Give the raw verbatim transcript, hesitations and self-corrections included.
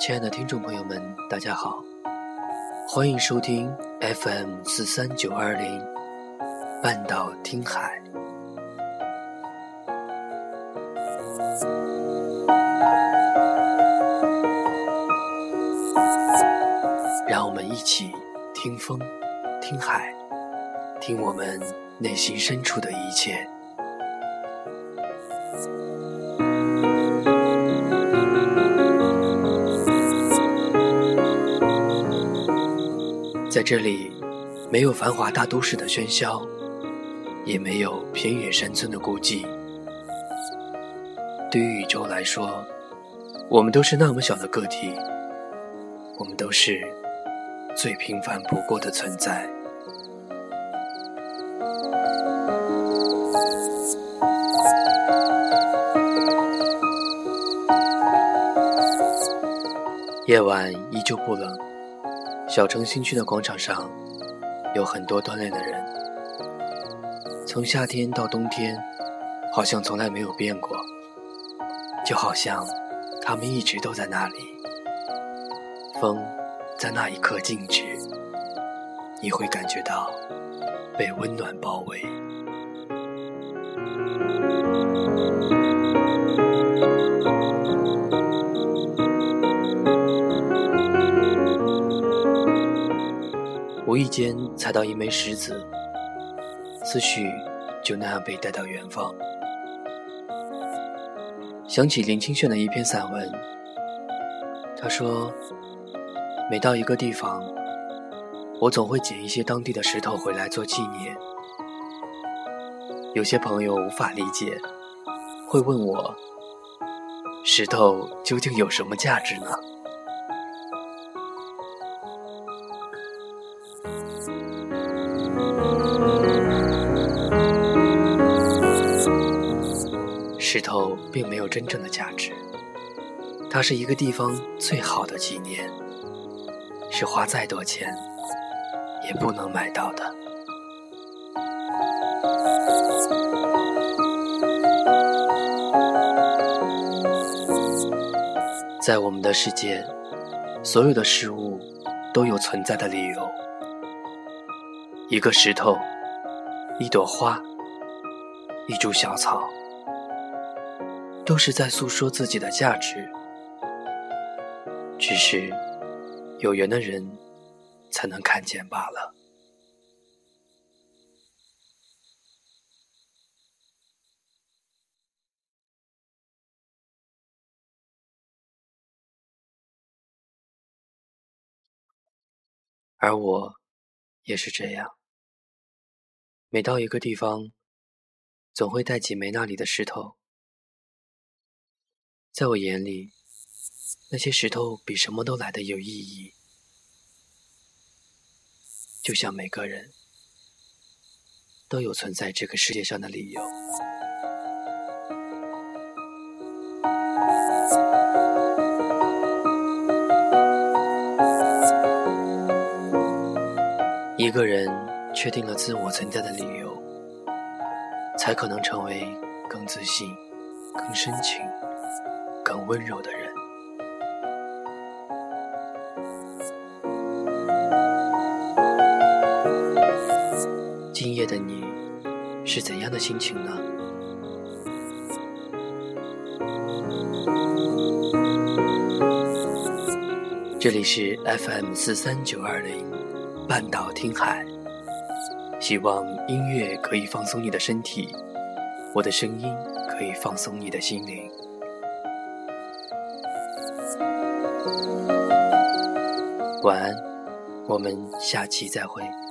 亲爱的听众朋友们，大家好，欢迎收听 F M 四三九二零半岛听海。让我们一起听风，听海，听我们内心深处的一切。在这里，没有繁华大都市的喧嚣，也没有偏远山村的孤寂。对于宇宙来说，我们都是那么小的个体，我们都是最平凡不过的存在。夜晚依旧不冷，小城新区的广场上有很多锻炼的人，从夏天到冬天好像从来没有变过，就好像他们一直都在那里。风在那一刻静止，你会感觉到被温暖包围。无意间踩到一枚石子，思绪就那样被带到远方。想起林清炫的一篇散文，他说，每到一个地方，我总会捡一些当地的石头回来做纪念。有些朋友无法理解，会问我，石头究竟有什么价值呢？石头并没有真正的价值，它是一个地方最好的纪念，是花再多钱也不能买到的。在我们的世界，所有的事物都有存在的理由。一个石头，一朵花，一株小草，都是在诉说自己的价值，只是有缘的人才能看见罢了。而我也是这样，每到一个地方，总会带几枚那里的石头。在我眼里，那些石头比什么都来得有意义，就像每个人都有存在这个世界上的理由。一个人确定了自我存在的理由，才可能成为更自信、更深情、更温柔的人。今夜的你是怎样的心情呢？这里是 F M 四三九二零半岛听海，希望音乐可以放松你的身体，我的声音可以放松你的心灵。晚安，我们下期再会。